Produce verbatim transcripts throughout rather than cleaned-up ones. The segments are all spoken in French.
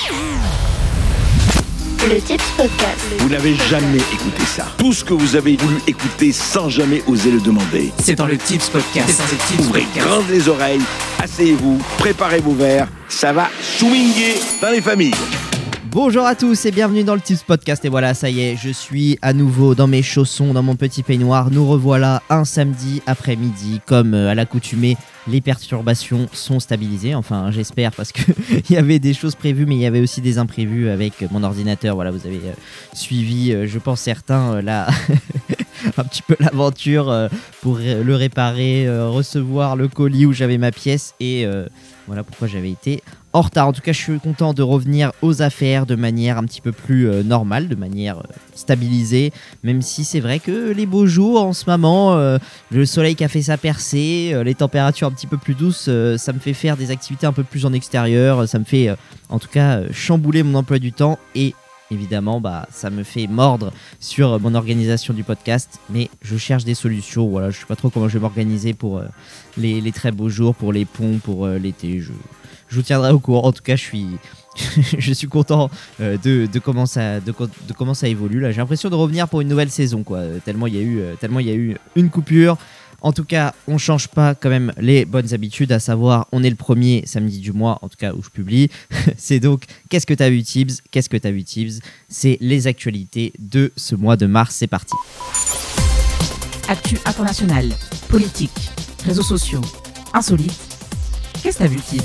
Le Tips Podcast. Vous n'avez jamais écouté ça. Tout ce que vous avez voulu écouter sans jamais oser le demander. C'est dans le Tips Podcast. C'est dans le Tips Ouvrez Podcast. grandes les oreilles, asseyez-vous, préparez vos verres. Ça va swinguer dans les familles. Bonjour à tous et bienvenue dans le Tips Podcast. Et voilà, ça y est, je suis à nouveau dans mes chaussons, dans mon petit peignoir. Nous revoilà un samedi après-midi. Comme à l'accoutumée, les perturbations sont stabilisées. Enfin, j'espère, parce qu'il y avait des choses prévues, mais il y avait aussi des imprévus avec mon ordinateur. Voilà, vous avez euh, suivi, euh, je pense certains, euh, là, un petit peu l'aventure euh, pour le réparer, euh, recevoir le colis où j'avais ma pièce. Et euh, voilà pourquoi j'avais été en retard. En tout cas, je suis content de revenir aux affaires de manière un petit peu plus euh, normale, de manière euh, stabilisée, même si c'est vrai que les beaux jours en ce moment, euh, le soleil qui a fait sa percée, euh, les températures un petit peu plus douces, euh, ça me fait faire des activités un peu plus en extérieur, ça me fait euh, en tout cas euh, chambouler mon emploi du temps et évidemment, bah, ça me fait mordre sur mon organisation du podcast, mais je cherche des solutions. Voilà, je sais pas trop comment je vais m'organiser pour euh, les, les très beaux jours, pour les ponts, pour euh, l'été. Je, je vous tiendrai au courant. En tout cas, je suis, je suis content euh, de, de, comment ça, de, de comment ça évolue. Là, j'ai l'impression de revenir pour une nouvelle saison, quoi. Tellement il y a eu, euh, tellement il y a eu une coupure. En tout cas, on change pas quand même les bonnes habitudes, à savoir, on est le premier samedi du mois, en tout cas où je publie. C'est donc, qu'est-ce que t'as vu Tibbs ? Qu'est-ce que t'as vu Tibbs ? C'est les actualités de ce mois de mars, c'est parti. Actu international, politique, réseaux sociaux, insolite. Qu'est-ce que t'as vu, Tibbs ?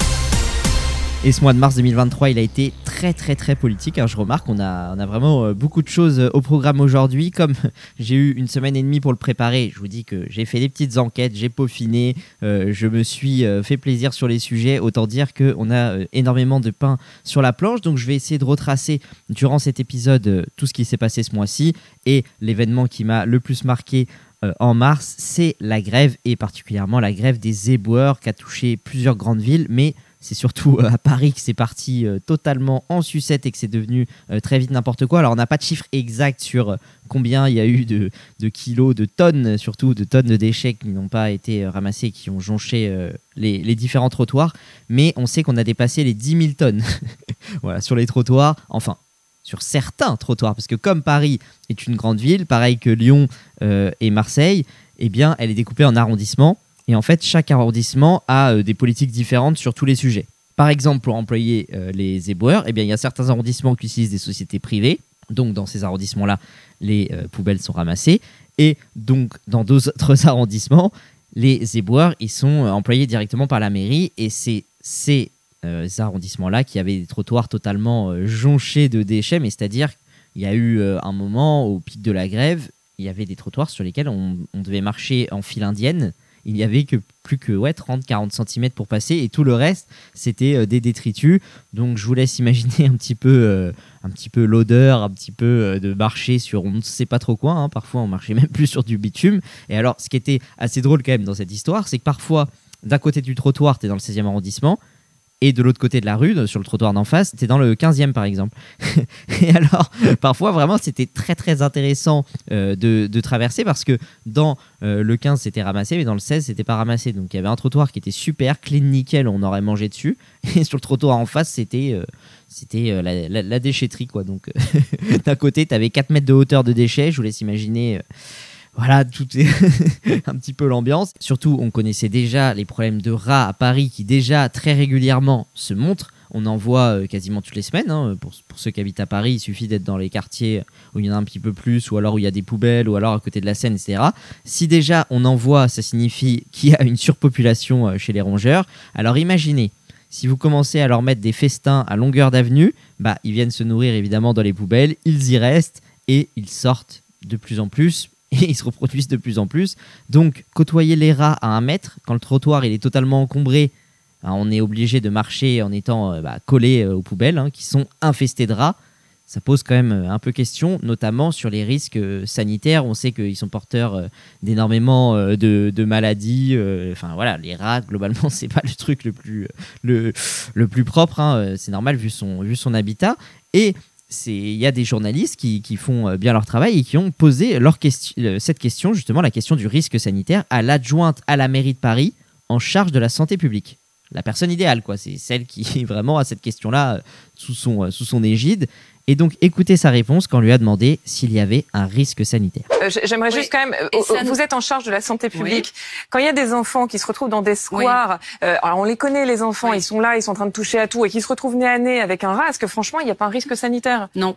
Et ce mois de mars deux mille vingt-trois, il a été très très très politique. Hein, je remarque, on a, on a vraiment euh, beaucoup de choses euh, au programme aujourd'hui. Comme j'ai eu une semaine et demie pour le préparer, je vous dis que j'ai fait des petites enquêtes, j'ai peaufiné, euh, je me suis euh, fait plaisir sur les sujets. Autant dire qu'on a euh, énormément de pain sur la planche. Donc je vais essayer de retracer durant cet épisode euh, tout ce qui s'est passé ce mois-ci. Et l'événement qui m'a le plus marqué euh, en mars, c'est la grève, et particulièrement la grève des éboueurs qui a touché plusieurs grandes villes. Mais c'est surtout euh, à Paris que c'est parti euh, totalement en sucette et que c'est devenu euh, très vite n'importe quoi. Alors on n'a pas de chiffre exact sur euh, combien il y a eu de, de kilos, de tonnes, surtout de tonnes de déchets qui n'ont pas été euh, ramassés, qui ont jonché euh, les, les différents trottoirs. Mais on sait qu'on a dépassé les dix mille tonnes voilà, sur les trottoirs, enfin sur certains trottoirs. Parce que comme Paris est une grande ville, pareil que Lyon euh, et Marseille, eh bien elle est découpée en arrondissements. Et en fait, chaque arrondissement a euh, des politiques différentes sur tous les sujets. Par exemple, pour employer euh, les éboueurs, eh bien, il y a certains arrondissements qui utilisent des sociétés privées. Donc, dans ces arrondissements-là, les euh, poubelles sont ramassées. Et donc, dans d'autres arrondissements, les éboueurs, ils sont euh, employés directement par la mairie. Et c'est ces euh, arrondissements-là qui avaient des trottoirs totalement euh, jonchés de déchets. Mais c'est-à-dire qu'il y a eu euh, un moment, au pic de la grève, il y avait des trottoirs sur lesquels on, on devait marcher en file indienne. Il n'y avait que plus que ouais, trente à quarante centimètres pour passer, et tout le reste, c'était euh, des détritus. Donc je vous laisse imaginer un petit peu, euh, un petit peu l'odeur, un petit peu euh, de marcher sur on ne sait pas trop quoi. Hein. Parfois, on marchait même plus sur du bitume. Et alors, ce qui était assez drôle quand même dans cette histoire, c'est que parfois, d'un côté du trottoir, tu es dans le seizième arrondissement, et de l'autre côté de la rue, sur le trottoir d'en face, t'es dans le quinzième par exemple. Et alors, parfois, vraiment, c'était très très intéressant euh, de, de traverser, parce que dans euh, le quinze, c'était ramassé, mais dans le seize, c'était pas ramassé. Donc il y avait un trottoir qui était super, clean, nickel, on aurait mangé dessus. Et sur le trottoir en face, c'était, euh, c'était euh, la, la, la déchetterie, quoi. Donc euh, d'un côté, t'avais quatre mètres de hauteur de déchets, je vous laisse imaginer... Euh, Voilà, tout est un petit peu l'ambiance. Surtout, on connaissait déjà les problèmes de rats à Paris qui déjà très régulièrement se montrent. On en voit euh, quasiment toutes les semaines. Hein. Pour, pour ceux qui habitent à Paris, il suffit d'être dans les quartiers où il y en a un petit peu plus, ou alors où il y a des poubelles, ou alors à côté de la Seine, et cetera. Si déjà on en voit, ça signifie qu'il y a une surpopulation euh, chez les rongeurs. Alors imaginez, si vous commencez à leur mettre des festins à longueur d'avenue, bah, ils viennent se nourrir évidemment dans les poubelles, ils y restent et ils sortent de plus en plus. Et ils se reproduisent de plus en plus. Donc, côtoyer les rats à un mètre, quand le trottoir il est totalement encombré, hein, on est obligé de marcher en étant euh, bah, collé euh, aux poubelles, hein, qui sont infestées de rats. Ça pose quand même euh, un peu question, notamment sur les risques euh, sanitaires. On sait qu'ils sont porteurs euh, d'énormément euh, de, de maladies. Enfin euh, voilà, les rats, globalement, c'est pas le truc le plus, le, le plus propre. Hein, c'est normal vu son, vu son habitat. Et il y a des journalistes qui, qui font bien leur travail et qui ont posé leur question, cette question, justement la question du risque sanitaire, à l'adjointe à la mairie de Paris en charge de la santé publique. la personne idéale, quoi. C'est celle qui vraiment a cette question-là euh, sous son, euh, sous son égide. Et donc, écoutez sa réponse quand on lui a demandé s'il y avait un risque sanitaire. Euh, J'aimerais Oui. juste quand même, Et euh, ça vous nous- êtes en charge de la santé publique. Oui. Quand il y a des enfants qui se retrouvent dans des squares, euh, alors on les connaît les enfants, Oui. ils sont là, ils sont en train de toucher à tout et qui se retrouvent nez à nez avec un rat, est-ce que franchement il n'y a pas un risque sanitaire? Non.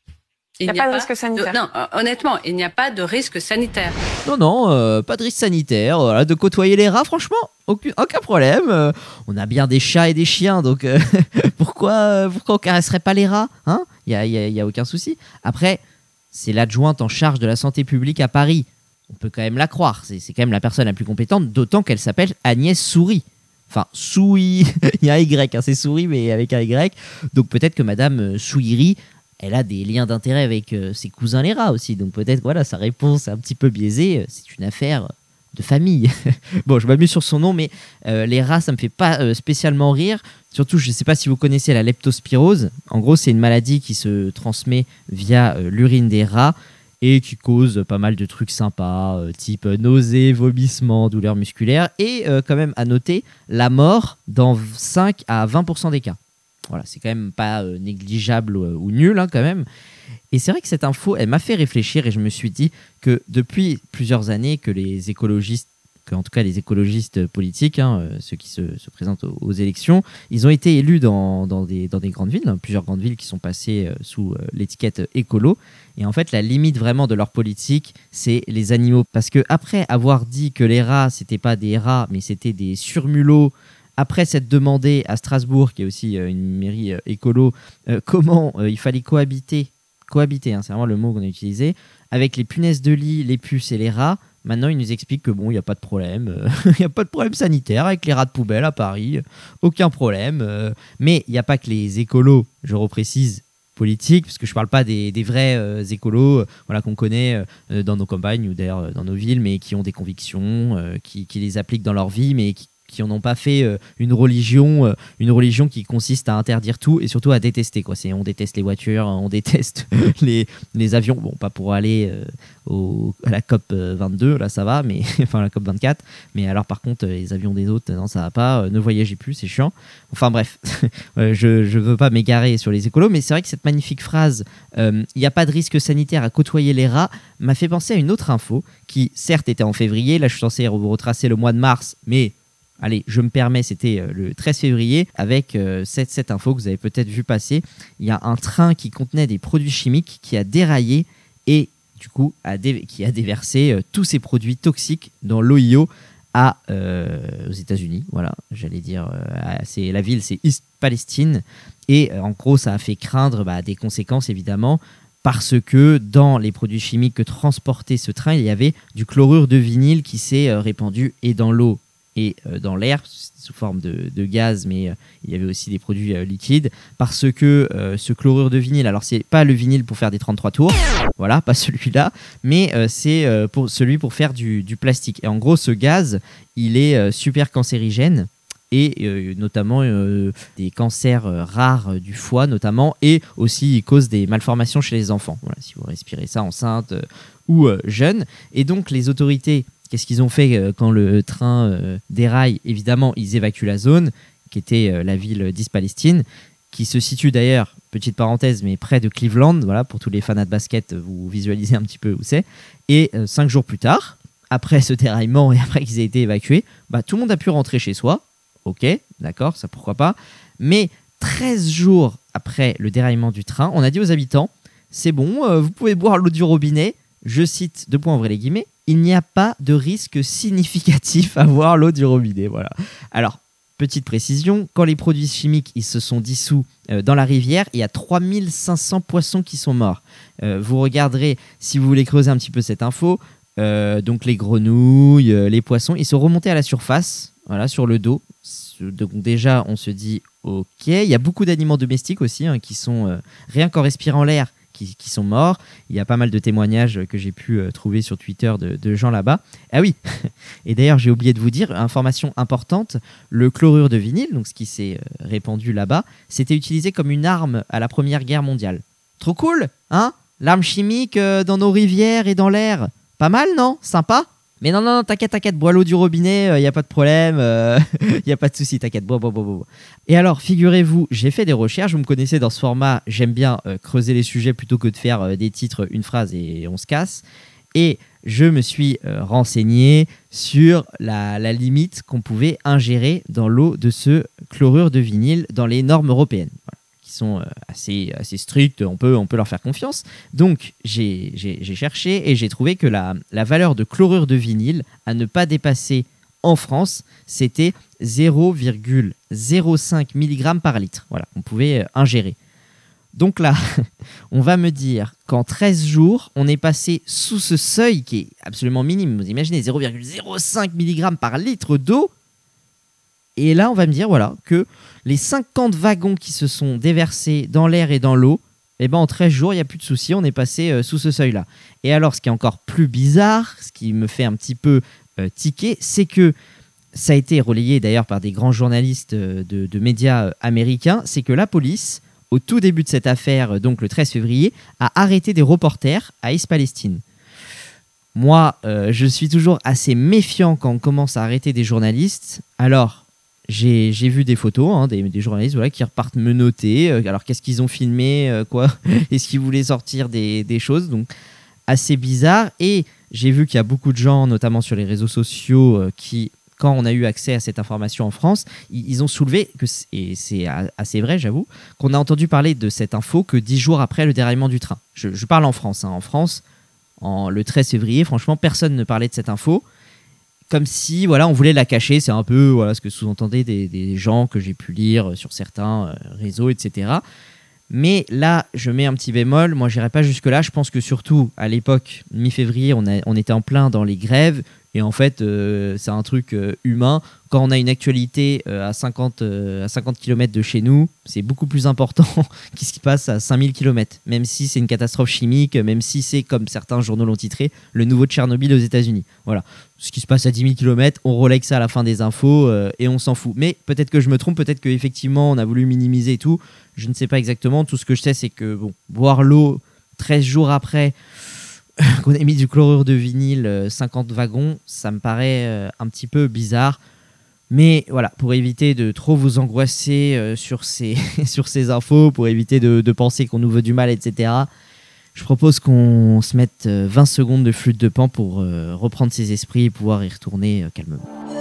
Il n'y a pas de risque sanitaire. Non, euh, honnêtement, il n'y a pas de risque sanitaire. Non, non, euh, pas de risque sanitaire. Voilà, de côtoyer les rats, franchement, aucun, aucun problème. Euh, on a bien des chats et des chiens, donc euh, pourquoi, euh, pourquoi on caresserait pas les rats, hein? Il y a, y a- y a aucun souci. Après, c'est l'adjointe en charge de la santé publique à Paris. On peut quand même la croire. C'est c'est quand même la personne la plus compétente, d'autant qu'elle s'appelle Agnès Souris. Enfin, Souris, il y a un Y, hein, c'est Souris, mais avec un Y. Donc peut-être que Madame euh, Souiri, elle a des liens d'intérêt avec euh, ses cousins les rats aussi. Donc peut-être voilà, sa réponse est un petit peu biaisée. Euh, C'est une affaire de famille. Bon, je m'amuse sur son nom, mais euh, les rats, ça me fait pas euh, spécialement rire. Surtout, je ne sais pas si vous connaissez la leptospirose. En gros, c'est une maladie qui se transmet via euh, l'urine des rats et qui cause pas mal de trucs sympas, euh, type nausées, vomissements, douleurs musculaires. Et euh, quand même, à noter, la mort dans cinq à vingt pour cent des cas. Voilà, c'est quand même pas euh, négligeable ou, ou nul hein, quand même. Et c'est vrai que cette info, elle m'a fait réfléchir et je me suis dit que depuis plusieurs années que les écologistes, que en tout cas les écologistes politiques, hein, euh, ceux qui se, se présentent aux, aux élections, ils ont été élus dans, dans, des, dans des grandes villes, hein, plusieurs grandes villes qui sont passées euh, sous euh, l'étiquette écolo. Et en fait, la limite vraiment de leur politique, c'est les animaux. Parce que après avoir dit que les rats, c'était pas des rats, mais c'était des surmulots, après s'être demandé à Strasbourg, qui est aussi euh, une mairie euh, écolo, euh, comment euh, il fallait cohabiter, cohabiter, hein, c'est vraiment le mot qu'on a utilisé, avec les punaises de lit, les puces et les rats. Maintenant, ils nous expliquent que bon, il n'y a pas de problème, euh, il n'y a pas de problème sanitaire avec les rats de poubelle à Paris, euh, aucun problème. euh, mais il n'y a pas que les écolos, je reprécise, politiques, parce que je ne parle pas des, des vrais euh, écolos euh, voilà, qu'on connaît euh, dans nos campagnes ou d'ailleurs euh, dans nos villes, mais qui ont des convictions, euh, qui, qui les appliquent dans leur vie, mais qui qui en ont pas fait euh, une religion, euh, une religion qui consiste à interdire tout et surtout à détester, quoi. C'est on déteste les voitures, on déteste les, les avions. Bon, pas pour aller euh, au, à la COP vingt-deux, là ça va, mais enfin la COP vingt-quatre. Mais alors par contre les avions des autres, non ça va pas. Euh, ne voyagez plus, c'est chiant. Enfin bref, euh, je je veux pas m'égarer sur les écolos, mais c'est vrai que cette magnifique phrase, il euh, n'y a pas de risque sanitaire à côtoyer les rats, m'a fait penser à une autre info qui certes était en février. Là je suis censé vous retracer le mois de mars, mais allez, je me permets, c'était euh, le treize février, avec euh, cette, cette info que vous avez peut-être vu passer. Il y a un train qui contenait des produits chimiques qui a déraillé et du coup a dé- qui a déversé euh, tous ces produits toxiques dans l'Ohio à, euh, aux États-Unis. Voilà, j'allais dire, euh, c'est, la ville c'est East Palestine. Et euh, en gros, ça a fait craindre bah, des conséquences évidemment, parce que dans les produits chimiques que transportait ce train, il y avait du chlorure de vinyle qui s'est euh, répandu et dans l'eau et euh, dans l'air sous forme de, de gaz, mais euh, il y avait aussi des produits euh, liquides, parce que euh, ce chlorure de vinyle, alors c'est pas le vinyle pour faire des trente-trois tours, voilà, pas celui-là, mais euh, c'est euh, pour, celui pour faire du, du plastique. Et en gros, ce gaz, il est euh, super cancérigène, et euh, notamment euh, des cancers euh, rares euh, du foie notamment, et aussi il cause des malformations chez les enfants. Voilà, si vous respirez ça enceinte euh, ou euh, jeune. Et donc les autorités, qu'est-ce qu'ils ont fait euh, quand le train euh, déraille? Évidemment, ils évacuent la zone, qui était euh, la ville d'East Palestine, qui se situe d'ailleurs, petite parenthèse, mais près de Cleveland. Voilà, pour tous les fans de basket, vous visualisez un petit peu où c'est. Et euh, cinq jours plus tard, après ce déraillement et après qu'ils aient été évacués, bah, tout le monde a pu rentrer chez soi. Ok, d'accord, ça pourquoi pas. Mais treize jours après le déraillement du train, on a dit aux habitants, c'est bon, euh, vous pouvez boire l'eau du robinet. Je cite, deux points ouvrez les guillemets, il n'y a pas de risque significatif à boire l'eau du robinet. Voilà. Alors, petite précision, quand les produits chimiques ils se sont dissous euh, dans la rivière, il y a trois mille cinq cents poissons qui sont morts. Euh, vous regarderez, si vous voulez creuser un petit peu cette info, euh, donc les grenouilles, euh, les poissons, ils sont remontés à la surface, voilà, sur le dos. Donc déjà, on se dit, ok, il y a beaucoup d'animaux domestiques aussi hein, qui sont, euh, rien qu'en respirant l'air, Qui, qui sont morts. Il y a pas mal de témoignages que j'ai pu euh, trouver sur Twitter de, de gens là-bas. Ah oui, et d'ailleurs j'ai oublié de vous dire, information importante, le chlorure de vinyle, donc ce qui s'est euh, répandu là-bas, c'était utilisé comme une arme à la Première Guerre mondiale. Trop cool, hein? L'arme chimique euh, dans nos rivières et dans l'air. Pas mal, non? Sympa? Mais non, non, non, t'inquiète, t'inquiète, bois l'eau du robinet, il euh, n'y a pas de problème, il euh, n'y a pas de souci, t'inquiète, bois, bois, bois, bois. Et alors, figurez-vous, j'ai fait des recherches, vous me connaissez dans ce format, j'aime bien euh, creuser les sujets plutôt que de faire euh, des titres, une phrase et on se casse. Et je me suis euh, renseigné sur la, la limite qu'on pouvait ingérer dans l'eau de ce chlorure de vinyle dans les normes européennes. Voilà. Sont assez, assez strictes, on peut, on peut leur faire confiance. Donc, j'ai, j'ai, j'ai cherché et j'ai trouvé que la, la valeur de chlorure de vinyle à ne pas dépasser en France, c'était zéro virgule zéro cinq milligrammes par litre. Voilà, on pouvait ingérer. Donc là, on va me dire qu'en treize jours, on est passé sous ce seuil qui est absolument minime. Vous imaginez, zéro virgule zéro cinq milligrammes par litre d'eau. Et là, on va me dire voilà, que les cinquante wagons qui se sont déversés dans l'air et dans l'eau, eh ben, en treize jours, il n'y a plus de souci, on est passé euh, sous ce seuil-là. Et alors, ce qui est encore plus bizarre, ce qui me fait un petit peu euh, tiquer, c'est que ça a été relayé d'ailleurs par des grands journalistes euh, de, de médias euh, américains, c'est que la police, au tout début de cette affaire, euh, donc le treize février, a arrêté des reporters à Est-Palestine. Moi, euh, je suis toujours assez méfiant quand on commence à arrêter des journalistes. Alors, J'ai, j'ai vu des photos, hein, des, des journalistes voilà, qui repartent menottés. Euh, alors, qu'est-ce qu'ils ont filmé euh, quoi Est-ce qu'ils voulaient sortir des, des choses Donc, assez bizarre. Et j'ai vu qu'il y a beaucoup de gens, notamment sur les réseaux sociaux, euh, qui, quand on a eu accès à cette information en France, ils, ils ont soulevé, que c'est, et c'est assez vrai, j'avoue, qu'on a entendu parler de cette info que dix jours après le déraillement du train. Je, je parle en France. Hein. En France, en, le treize février, franchement, personne ne parlait de cette info. Comme si voilà, on voulait la cacher, c'est un peu voilà, ce que sous-entendaient des, des gens que j'ai pu lire sur certains euh, réseaux, et cetera. Mais là, je mets un petit bémol, moi j'irai pas jusque-là, je pense que surtout à l'époque, mi-février, on, a, on était en plein dans les grèves, et en fait, euh, c'est un truc euh, humain. Quand on a une actualité euh, à cinquante, euh, à cinquante kilomètres de chez nous, c'est beaucoup plus important qu'est-ce qui passe à cinq mille kilomètres, même si c'est une catastrophe chimique, même si c'est, comme certains journaux l'ont titré, le nouveau Tchernobyl aux États-Unis. Voilà. Ce qui se passe à dix mille kilomètres, on relaye ça à la fin des infos euh, et on s'en fout. Mais peut-être que je me trompe, peut-être qu'effectivement on a voulu minimiser et tout. Je ne sais pas exactement. Tout ce que je sais, c'est que bon, boire l'eau treize jours après qu'on ait mis du chlorure de vinyle, euh, cinquante wagons, ça me paraît euh, un petit peu bizarre. Mais voilà, pour éviter de trop vous angoisser euh, sur, ces, sur ces infos, pour éviter de, de penser qu'on nous veut du mal, et cetera, je propose qu'on se mette vingt secondes de flûte de Pan pour euh, reprendre ses esprits et pouvoir y retourner euh, calmement.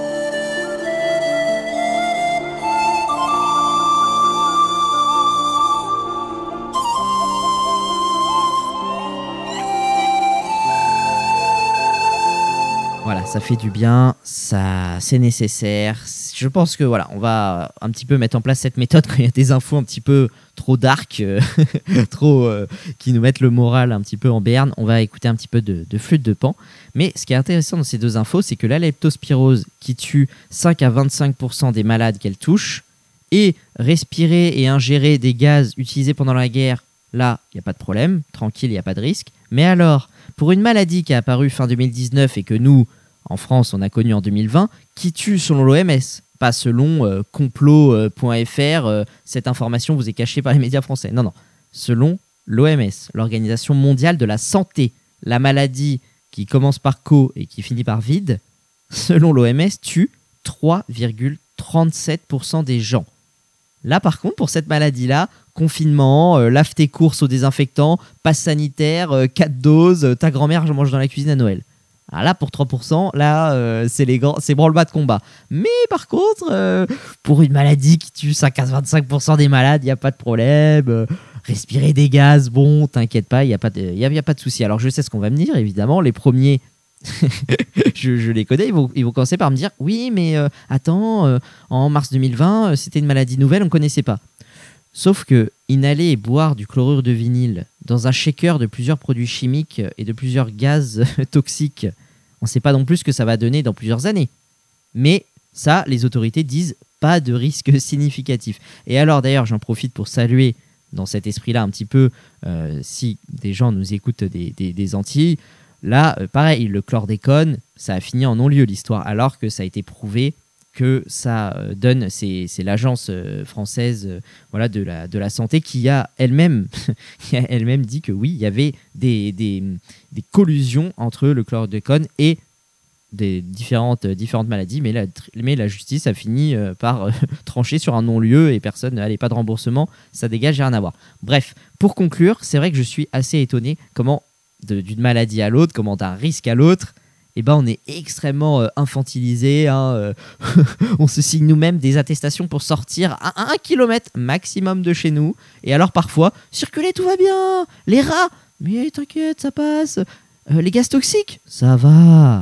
Voilà, ça fait du bien, ça, c'est nécessaire. Je pense que voilà, on va un petit peu mettre en place cette méthode quand il y a des infos un petit peu trop dark, euh, trop euh, qui nous mettent le moral un petit peu en berne. On va écouter un petit peu de, de flûte de Pan. Mais ce qui est intéressant dans ces deux infos, c'est que la leptospirose qui tue cinq à vingt-cinq pour cent des malades qu'elle touche, et respirer et ingérer des gaz utilisés pendant la guerre, là, il n'y a pas de problème, tranquille, il n'y a pas de risque. Mais alors, pour une maladie qui est apparue fin deux mille dix-neuf et que nous, en France, on a connu en deux mille vingt, qui tue selon l'O M S, pas selon euh, complot point F R, euh, cette information vous est cachée par les médias français. Non, non, selon l'O M S, l'Organisation mondiale de la santé, la maladie qui commence par co et qui finit par vide, selon l'O M S, tue trois virgule trente-sept pour cent des gens. Là, par contre, pour cette maladie-là, confinement, euh, lave tes courses au désinfectant, passe sanitaire, euh, quatre doses, euh, ta grand-mère, je mange dans la cuisine à Noël. Alors là, pour trois pour cent, là, euh, c'est, les grands, c'est branle-bas de combat. Mais par contre, euh, pour une maladie qui tue cinq à vingt-cinq pour cent des malades, il n'y a pas de problème. Euh, respirer des gaz, bon, t'inquiète pas, il n'y a, a, a pas de souci. Alors, je sais ce qu'on va me dire, évidemment. Les premiers, je, je les connais, ils vont, ils vont commencer par me dire « Oui, mais euh, attends, euh, en mars deux mille vingt, euh, c'était une maladie nouvelle, on ne connaissait pas. » Sauf que inhaler et boire du chlorure de vinyle dans un shaker de plusieurs produits chimiques et de plusieurs gaz toxiques, on ne sait pas non plus ce que ça va donner dans plusieurs années. Mais ça, les autorités disent pas de risque significatif. Et alors d'ailleurs, j'en profite pour saluer dans cet esprit-là un petit peu, euh, si des gens nous écoutent des, des, des Antilles, là, euh, pareil, le chlordécone, ça a fini en non-lieu l'histoire, alors que ça a été prouvé que ça donne, c'est, c'est l'agence française euh, voilà, de, la, de la santé qui a elle-même, qui a elle-même dit que oui, il y avait des, des, des collusions entre le chlordécone et des différentes, différentes maladies, mais la, mais la justice a fini euh, par euh, trancher sur un non-lieu et personne n'allait pas de remboursement, ça dégage, j'ai rien à voir. Bref, pour conclure, c'est vrai que je suis assez étonné comment de, d'une maladie à l'autre, comment d'un risque à l'autre, eh ben on est extrêmement euh, infantilisé, hein, euh, on se signe nous-mêmes des attestations pour sortir à un kilomètre maximum de chez nous, et alors parfois, circuler tout va bien, les rats, mais t'inquiète, ça passe, euh, les gaz toxiques, ça va.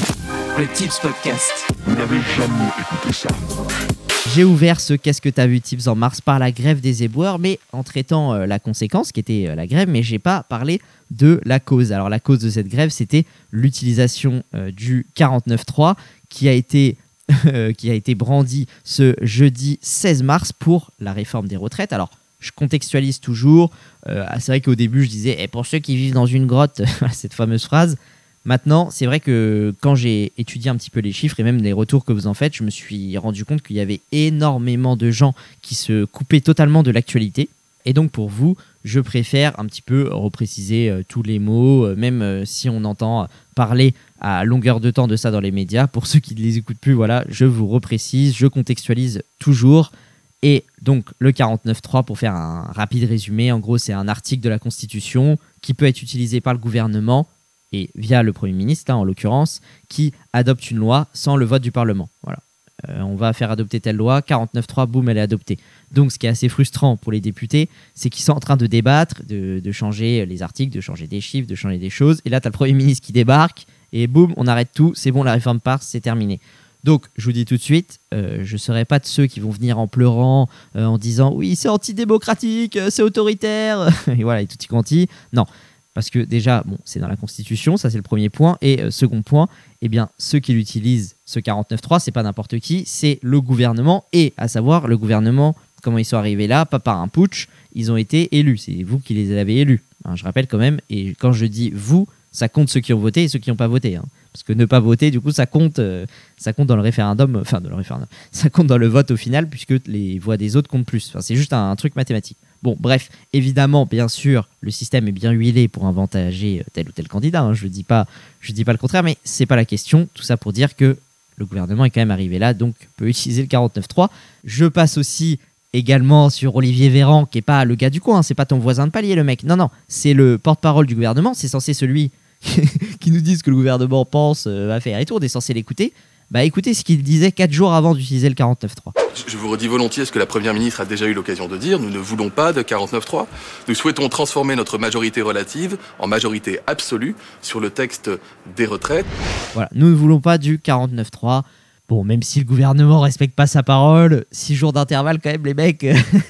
Le Tips Podcast. Vous n'avez jamais écouté ça. J'ai ouvert ce Qu'est-ce que t'as vu Tips en mars par la grève des éboueurs, mais en traitant euh, la conséquence qui était euh, la grève, mais j'ai pas parlé de la cause. Alors la cause de cette grève, c'était l'utilisation euh, du quarante-neuf trois qui a été euh, qui a été brandi ce jeudi seize mars pour la réforme des retraites. Alors je contextualise toujours. Euh, c'est vrai qu'au début je disais eh, pour ceux qui vivent dans une grotte, cette fameuse phrase. Maintenant, c'est vrai que quand j'ai étudié un petit peu les chiffres et même les retours que vous en faites, je me suis rendu compte qu'il y avait énormément de gens qui se coupaient totalement de l'actualité. Et donc pour vous, je préfère un petit peu repréciser euh, tous les mots, euh, même euh, si on entend parler à longueur de temps de ça dans les médias. Pour ceux qui ne les écoutent plus, voilà, je vous reprécise, je contextualise toujours. Et donc le quarante-neuf trois, pour faire un rapide résumé, en gros c'est un article de la Constitution qui peut être utilisé par le gouvernement et via le Premier ministre, là, en l'occurrence, qui adopte une loi sans le vote du Parlement. Voilà. Euh, on va faire adopter telle loi, quarante-neuf trois, boum, elle est adoptée. Donc, ce qui est assez frustrant pour les députés, c'est qu'ils sont en train de débattre, de, de changer les articles, de changer des chiffres, de changer des choses. Et là, tu as le Premier ministre qui débarque, et boum, on arrête tout, c'est bon, la réforme passe, c'est terminé. Donc, je vous dis tout de suite, euh, je ne serai pas de ceux qui vont venir en pleurant, euh, en disant « Oui, c'est antidémocratique, c'est autoritaire », et voilà, et tutti quanti. Non. Parce que déjà, bon, c'est dans la Constitution, ça c'est le premier point. Et euh, second point, eh bien, ceux qui l'utilisent, ce quarante-neuf trois, c'est pas n'importe qui, c'est le gouvernement. Et à savoir, le gouvernement, comment ils sont arrivés là, pas par un putsch, ils ont été élus. C'est vous qui les avez élus. Hein, je rappelle quand même, et quand je dis vous, ça compte ceux qui ont voté et ceux qui n'ont pas voté. Hein. Parce que ne pas voter, du coup, ça compte, euh, ça compte dans le référendum, enfin, dans le référendum, ça compte dans le vote au final, puisque les voix des autres comptent plus. Enfin, c'est juste un, un truc mathématique. Bon, bref, évidemment, bien sûr, le système est bien huilé pour avantager tel ou tel candidat. Hein, je ne dis pas, je dis pas le contraire, mais c'est pas la question. Tout ça pour dire que le gouvernement est quand même arrivé là, donc peut utiliser le quarante-neuf trois. Je passe aussi également sur Olivier Véran, qui n'est pas le gars du coin, hein, c'est pas ton voisin de palier, le mec. Non, non, c'est le porte-parole du gouvernement. C'est censé celui qui nous dit ce que le gouvernement pense, euh, va faire et tout. On est censé l'écouter. Bah écoutez ce qu'il disait quatre jours avant d'utiliser le quarante-neuf trois. Je vous redis volontiers ce que la Première ministre a déjà eu l'occasion de dire, nous ne voulons pas de quarante-neuf trois. Nous souhaitons transformer notre majorité relative en majorité absolue sur le texte des retraites. Voilà, nous ne voulons pas du quarante-neuf trois. Bon, même si le gouvernement respecte pas sa parole, six jours d'intervalle quand même, les mecs,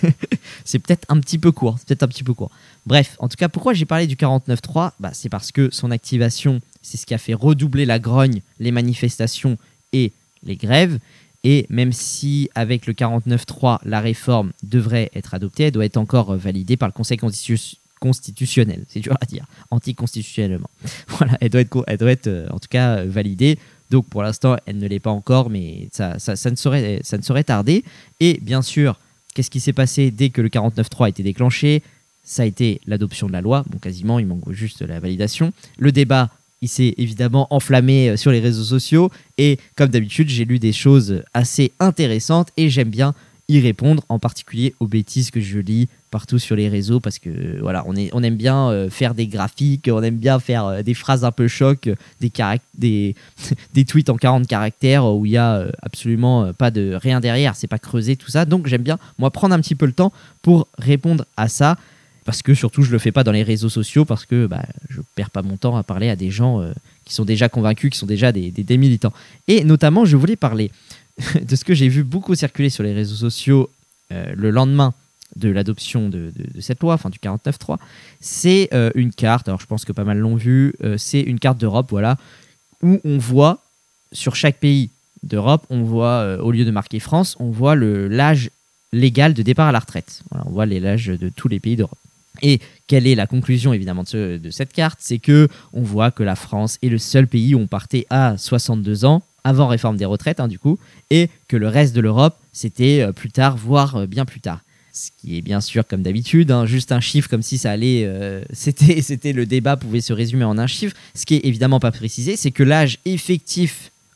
c'est peut-être un petit peu court. C'est peut-être un petit peu court. Bref, en tout cas, pourquoi j'ai parlé du quarante-neuf trois ? Bah, c'est parce que son activation, c'est ce qui a fait redoubler la grogne, les manifestations et les grèves. Et même si avec le quarante-neuf trois, la réforme devrait être adoptée, elle doit être encore validée par le Conseil constitu- constitutionnel. C'est dur à dire, anticonstitutionnellement. Voilà, elle doit être, elle doit être en tout cas validée. Donc pour l'instant, elle ne l'est pas encore, mais ça, ça, ça, ne saurait, ça ne saurait tarder. Et bien sûr, qu'est-ce qui s'est passé dès que le quarante-neuf trois a été déclenché ? Ça a été l'adoption de la loi. Bon, quasiment, il manque juste la validation. Le débat, il s'est évidemment enflammé sur les réseaux sociaux. Et comme d'habitude, j'ai lu des choses assez intéressantes et j'aime bien y répondre, en particulier aux bêtises que je lis partout sur les réseaux, parce que voilà, on, est, on aime bien euh, faire des graphiques, on aime bien faire euh, des phrases un peu choc, des, caract- des, des tweets en quarante caractères où il n'y a euh, absolument euh, pas de rien derrière, c'est pas creusé, tout ça. Donc j'aime bien, moi, prendre un petit peu le temps pour répondre à ça, parce que surtout je le fais pas dans les réseaux sociaux, parce que bah, je perds pas mon temps à parler à des gens euh, qui sont déjà convaincus, qui sont déjà des, des, des militants. Et notamment, je voulais parler de ce que j'ai vu beaucoup circuler sur les réseaux sociaux euh, le lendemain de l'adoption de, de, de cette loi, enfin du quarante-neuf trois, c'est euh, une carte, alors je pense que pas mal l'ont vu, euh, c'est une carte d'Europe, voilà, où on voit, sur chaque pays d'Europe, on voit, euh, au lieu de marquer France, on voit le, l'âge légal de départ à la retraite. Voilà, on voit les âges de tous les pays d'Europe. Et quelle est la conclusion évidemment de, ce, de cette carte ? C'est que on voit que la France est le seul pays où on partait à soixante-deux ans, avant réforme des retraites hein, du coup, et que le reste de l'Europe, c'était euh, plus tard, voire euh, bien plus tard. Ce qui est bien sûr comme d'habitude, hein, juste un chiffre comme si ça allait, euh, c'était, c'était le débat pouvait se résumer en un chiffre. Ce qui est évidemment pas précisé, c'est que l'âge effectif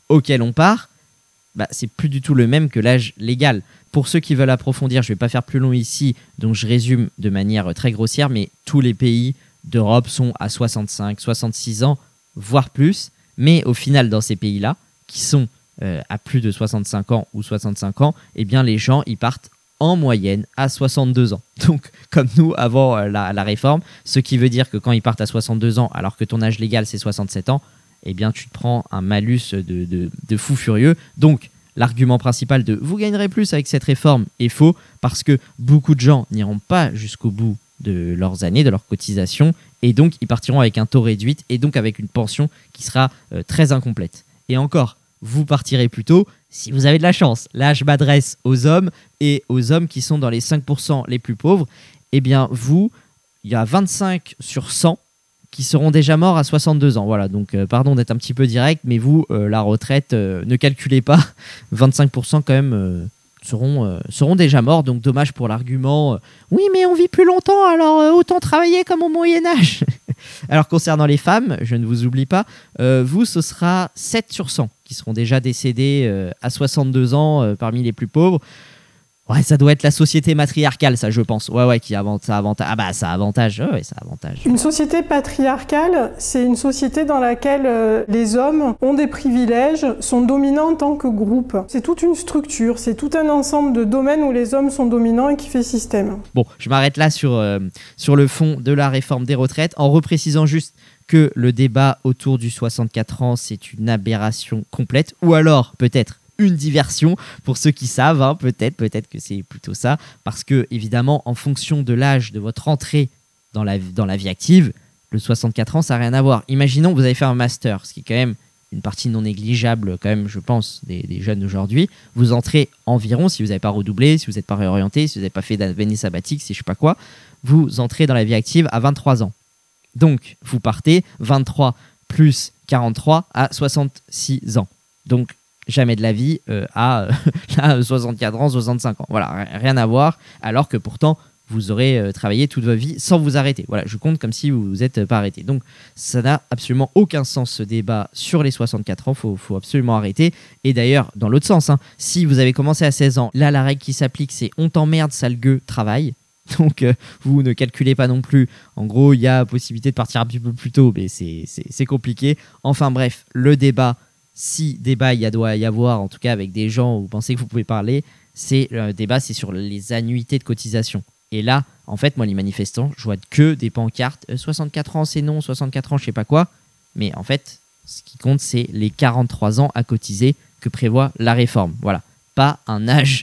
auquel on part, bah, c'est plus du tout le même que l'âge légal. Pour ceux qui veulent approfondir, je ne vais pas faire plus long ici, donc je résume de manière très grossière, mais tous les pays d'Europe sont à soixante-cinq, soixante-six ans, voire plus. Mais au final, dans ces pays-là, qui sont euh, à plus de soixante-cinq ans ou soixante-cinq ans, eh bien, les gens, ils partent en moyenne à soixante-deux ans. Donc, comme nous, avant euh, la, la réforme, ce qui veut dire que quand ils partent à soixante-deux ans, alors que ton âge légal, c'est soixante-sept ans, eh bien, tu te prends un malus de, de, de fou furieux. Donc, l'argument principal de « vous gagnerez plus avec cette réforme » est faux parce que beaucoup de gens n'iront pas jusqu'au bout de leurs années, de leurs cotisations, et donc ils partiront avec un taux réduit et donc avec une pension qui sera euh, très incomplète. Et encore, vous partirez plus tôt si vous avez de la chance. Là, je m'adresse aux hommes et aux hommes qui sont dans les cinq pour cent les plus pauvres. Eh bien, vous, il y a vingt-cinq sur cent qui seront déjà morts à soixante-deux ans. Voilà, donc euh, pardon d'être un petit peu direct, mais vous, euh, la retraite, euh, ne calculez pas. vingt-cinq pour cent quand même euh, seront, euh, seront déjà morts, donc dommage pour l'argument. Euh, oui, mais on vit plus longtemps, alors euh, autant travailler comme au Moyen-Âge. Alors concernant les femmes, je ne vous oublie pas, euh, vous, ce sera sept sur cent qui seront déjà décédés euh, à soixante-deux ans euh, parmi les plus pauvres. Ouais, ça doit être la société matriarcale, ça, je pense. Ouais, ouais, qui avantage. Ça avantage. Ah bah, ça avantage. Ouais, ça avantage. Une société patriarcale, c'est une société dans laquelle euh, les hommes ont des privilèges, sont dominants en tant que groupe. C'est toute une structure, c'est tout un ensemble de domaines où les hommes sont dominants et qui fait système. Bon, je m'arrête là sur, euh, sur le fond de la réforme des retraites, en reprécisant juste que le débat autour du soixante-quatre ans, c'est une aberration complète, ou alors, peut-être, une diversion pour ceux qui savent, hein, peut-être, peut-être que c'est plutôt ça, parce que évidemment, en fonction de l'âge de votre entrée dans la, dans la vie active, le soixante-quatre ans, ça n'a rien à voir. Imaginons que vous avez fait un master, ce qui est quand même une partie non négligeable, quand même, je pense, des, des jeunes d'aujourd'hui. Vous entrez environ, si vous n'avez pas redoublé, si vous n'êtes pas réorienté, si vous n'avez pas fait d'année sabbatique, si je ne sais pas quoi, vous entrez dans la vie active à vingt-trois ans. Donc, vous partez vingt-trois plus quarante-trois à soixante-six ans. Donc, jamais de la vie euh, à euh, là, soixante-quatre ans, soixante-cinq ans. Voilà, rien à voir, alors que pourtant, vous aurez euh, travaillé toute votre vie sans vous arrêter. Voilà, je compte comme si vous vous êtes pas arrêté. Donc, ça n'a absolument aucun sens, ce débat sur les soixante-quatre ans. Il faut, faut absolument arrêter. Et d'ailleurs, dans l'autre sens, hein, si vous avez commencé à seize ans, là, la règle qui s'applique, c'est « on t'emmerde, sale gueux, travaille ». Donc, euh, vous ne calculez pas non plus. En gros, il y a possibilité de partir un petit peu plus tôt, mais c'est, c'est, c'est compliqué. Enfin bref, le débat... Si débat il y a, doit y avoir, en tout cas avec des gens où vous pensez que vous pouvez parler, c'est le débat, c'est sur les annuités de cotisation. Et là, en fait, moi, les manifestants, je vois que des pancartes, euh, soixante-quatre ans, c'est non, soixante-quatre ans, je sais pas quoi. Mais en fait, ce qui compte, c'est les quarante-trois ans à cotiser que prévoit la réforme. Voilà, pas un âge.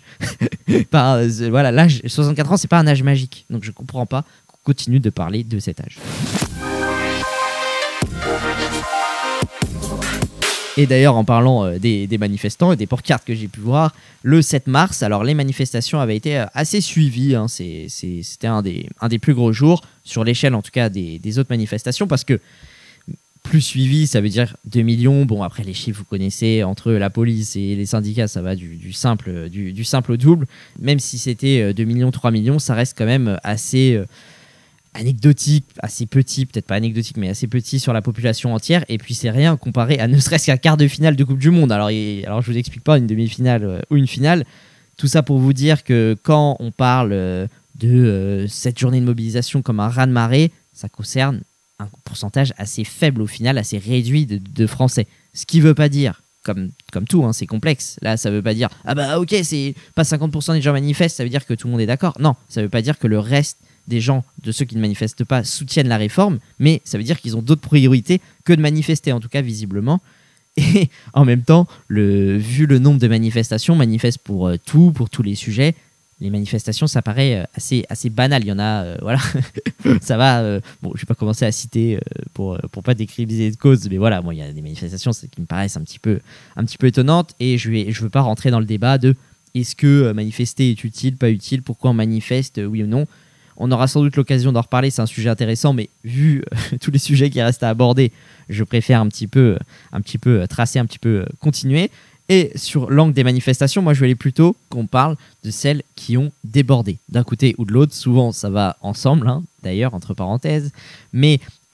pas, euh, voilà, l'âge soixante-quatre ans, c'est pas un âge magique. Donc je comprends pas qu'on continue de parler de cet âge. Et d'ailleurs, en parlant euh, des, des manifestants et des pancartes que j'ai pu voir, le sept mars, alors les manifestations avaient été assez suivies. Hein, c'est, c'est, c'était un des, un des plus gros jours, sur l'échelle en tout cas des, des autres manifestations, parce que plus suivi, ça veut dire deux millions. Bon, après, les chiffres, vous connaissez, entre la police et les syndicats, ça va du, du, simple, du, du simple au double. Même si c'était deux millions, trois millions, ça reste quand même assez... Euh, anecdotique, assez petit, peut-être pas anecdotique, mais assez petit sur la population entière. Et puis c'est rien comparé à ne serait-ce qu'un quart de finale de Coupe du Monde. Alors, et, alors je vous explique pas une demi-finale euh, ou une finale. Tout ça pour vous dire que quand on parle euh, de euh, cette journée de mobilisation comme un raz-de-marée, ça concerne un pourcentage assez faible au final, assez réduit de, de Français. Ce qui veut pas dire, comme, comme tout, hein, c'est complexe. Là, ça veut pas dire, ah bah ok, c'est pas cinquante pour cent des gens manifestent, ça veut dire que tout le monde est d'accord. Non, ça veut pas dire que le reste des gens, de ceux qui ne manifestent pas, soutiennent la réforme, mais ça veut dire qu'ils ont d'autres priorités que de manifester, en tout cas visiblement. Et en même temps, le, vu le nombre de manifestations, manifestent pour euh, tout, pour tous les sujets, les manifestations, ça paraît euh, assez, assez banal. Il y en a, euh, voilà, ça va. Euh, bon, je vais pas commencer à citer euh, pour pour pas décrire de cause, mais voilà, bon, il y a des manifestations qui me paraissent un petit peu, un petit peu étonnantes, et je vais, je veux pas rentrer dans le débat de est-ce que manifester est utile, pas utile, pourquoi on manifeste, oui ou non. On aura sans doute l'occasion d'en reparler, c'est un sujet intéressant, mais vu euh, tous les sujets qui restent à aborder, je préfère un petit peu, un petit peu tracer, un petit peu continuer. Et sur l'angle des manifestations, moi je vais aller plutôt qu'on parle de celles qui ont débordé d'un côté ou de l'autre. Souvent ça va ensemble, hein, d'ailleurs, entre parenthèses. Mais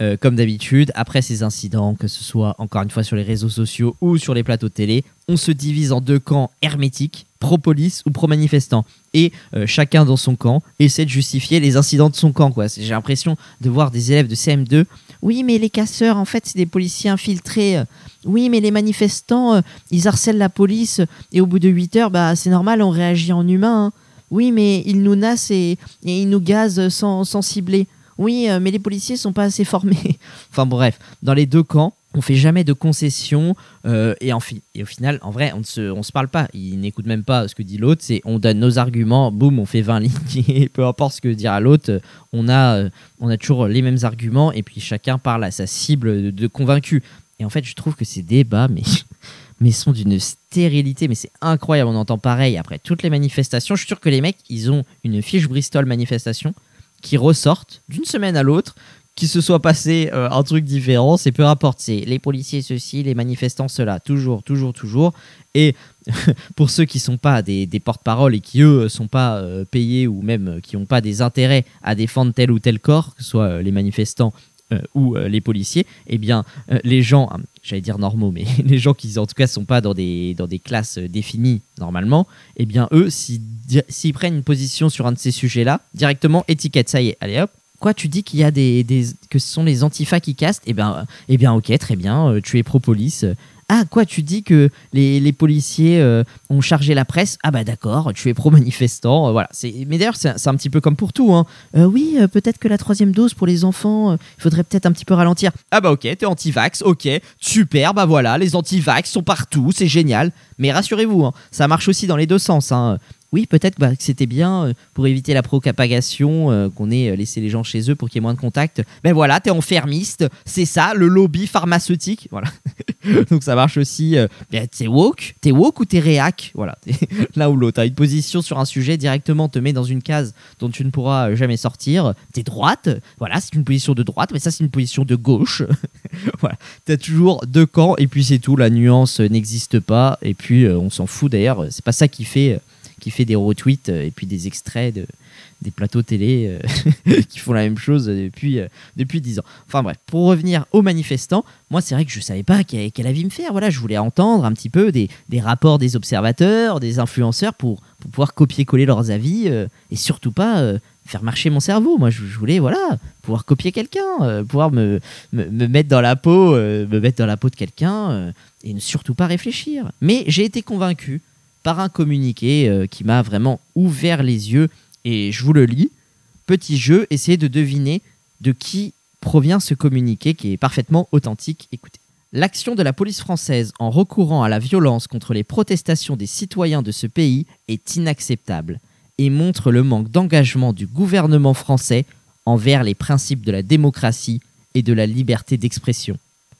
euh, comme d'habitude, après ces incidents, que ce soit encore une fois sur les réseaux sociaux ou sur les plateaux de télé, on se divise en deux camps hermétiques, pro-police ou pro-manifestants. Et euh, chacun dans son camp essaie de justifier les incidents de son camp, quoi. J'ai l'impression de voir des élèves de C M deux. Oui, mais les casseurs, en fait, c'est des policiers infiltrés. Oui, mais les manifestants, euh, ils harcèlent la police. Et au bout de huit heures, bah, c'est normal, on réagit en humain. Hein. Oui, mais ils nous nassent et, et ils nous gazent sans, sans cibler. Oui, euh, mais les policiers sont pas assez formés. Enfin bref, dans les deux camps, on fait jamais de concessions euh, et, en fi- et au final, en vrai, on ne se, on se parle pas. Ils n'écoutent même pas ce que dit l'autre. C'est on donne nos arguments, boum, on fait vingt lignes et peu importe ce que dira l'autre, on a, euh, on a toujours les mêmes arguments et puis chacun parle à sa cible de, de convaincu. Et en fait, je trouve que ces débats, mais, mais sont d'une stérilité, mais c'est incroyable. On entend pareil après toutes les manifestations. Je suis sûr que les mecs, ils ont une fiche Bristol manifestation qui ressortent d'une semaine à l'autre, qu'il se soit passé euh, un truc différent, c'est peu importe, c'est les policiers ceci, les manifestants cela, toujours, toujours, toujours. Et pour ceux qui ne sont pas des, des porte-parole et qui, eux, ne sont pas euh, payés ou même euh, qui n'ont pas des intérêts à défendre tel ou tel corps, que ce soit euh, les manifestants euh, ou euh, les policiers, eh bien, euh, les gens, euh, j'allais dire normaux, mais les gens qui, en tout cas, ne sont pas dans des, dans des classes euh, définies normalement, eh bien, eux, s'ils, s'ils prennent une position sur un de ces sujets-là, directement, étiquette, ça y est, allez hop. Quoi, tu dis qu'il y a des, des que ce sont les antifas qui castent ? Eh bien, eh bien, ok, très bien, euh, tu es pro-police. Ah, quoi, tu dis que les, les policiers euh, ont chargé la presse ? Ah bah d'accord, tu es pro-manifestant. Euh, voilà. C'est, mais d'ailleurs, c'est, c'est un petit peu comme pour tout. Hein. Euh, oui, euh, peut-être que la troisième dose pour les enfants, il euh, faudrait peut-être un petit peu ralentir. Ah bah ok, t'es anti-vax, ok, super, bah voilà, les anti-vax sont partout, c'est génial. Mais rassurez-vous, hein, ça marche aussi dans les deux sens. Hein. Oui, peut-être bah, que c'était bien euh, pour éviter la propagation, euh, qu'on ait laissé les gens chez eux pour qu'il y ait moins de contact. Mais voilà, t'es enfermiste, c'est ça, le lobby pharmaceutique. Voilà. Donc ça marche aussi. Euh, t'es woke, t'es woke ou t'es réac ? Voilà, t'es l'un ou l'autre. T'as une position sur un sujet, directement te met dans une case dont tu ne pourras jamais sortir. T'es droite, voilà, c'est une position de droite, mais ça c'est une position de gauche. Voilà, t'as toujours deux camps et puis c'est tout. La nuance n'existe pas et puis euh, on s'en fout d'ailleurs. C'est pas ça qui fait. Euh, qui fait des retweets et puis des extraits de, des plateaux télé euh, qui font la même chose depuis, euh, depuis dix ans. Enfin bref, pour revenir aux manifestants, moi c'est vrai que je ne savais pas quel, quel avis me faire. Voilà, je voulais entendre un petit peu des, des rapports des observateurs, des influenceurs pour, pour pouvoir copier-coller leurs avis euh, et surtout pas euh, faire marcher mon cerveau. Moi je, je voulais voilà, pouvoir copier quelqu'un, euh, pouvoir me, me, me, mettre dans la peau, euh, me mettre dans la peau de quelqu'un euh, et ne surtout pas réfléchir. Mais j'ai été convaincu par un communiqué euh, qui m'a vraiment ouvert les yeux et je vous le lis. Petit jeu, essayez de deviner de qui provient ce communiqué qui est parfaitement authentique. Écoutez. L'action de la police française en recourant à la violence contre les protestations des citoyens de ce pays est inacceptable et montre le manque d'engagement du gouvernement français envers les principes de la démocratie et de la liberté d'expression.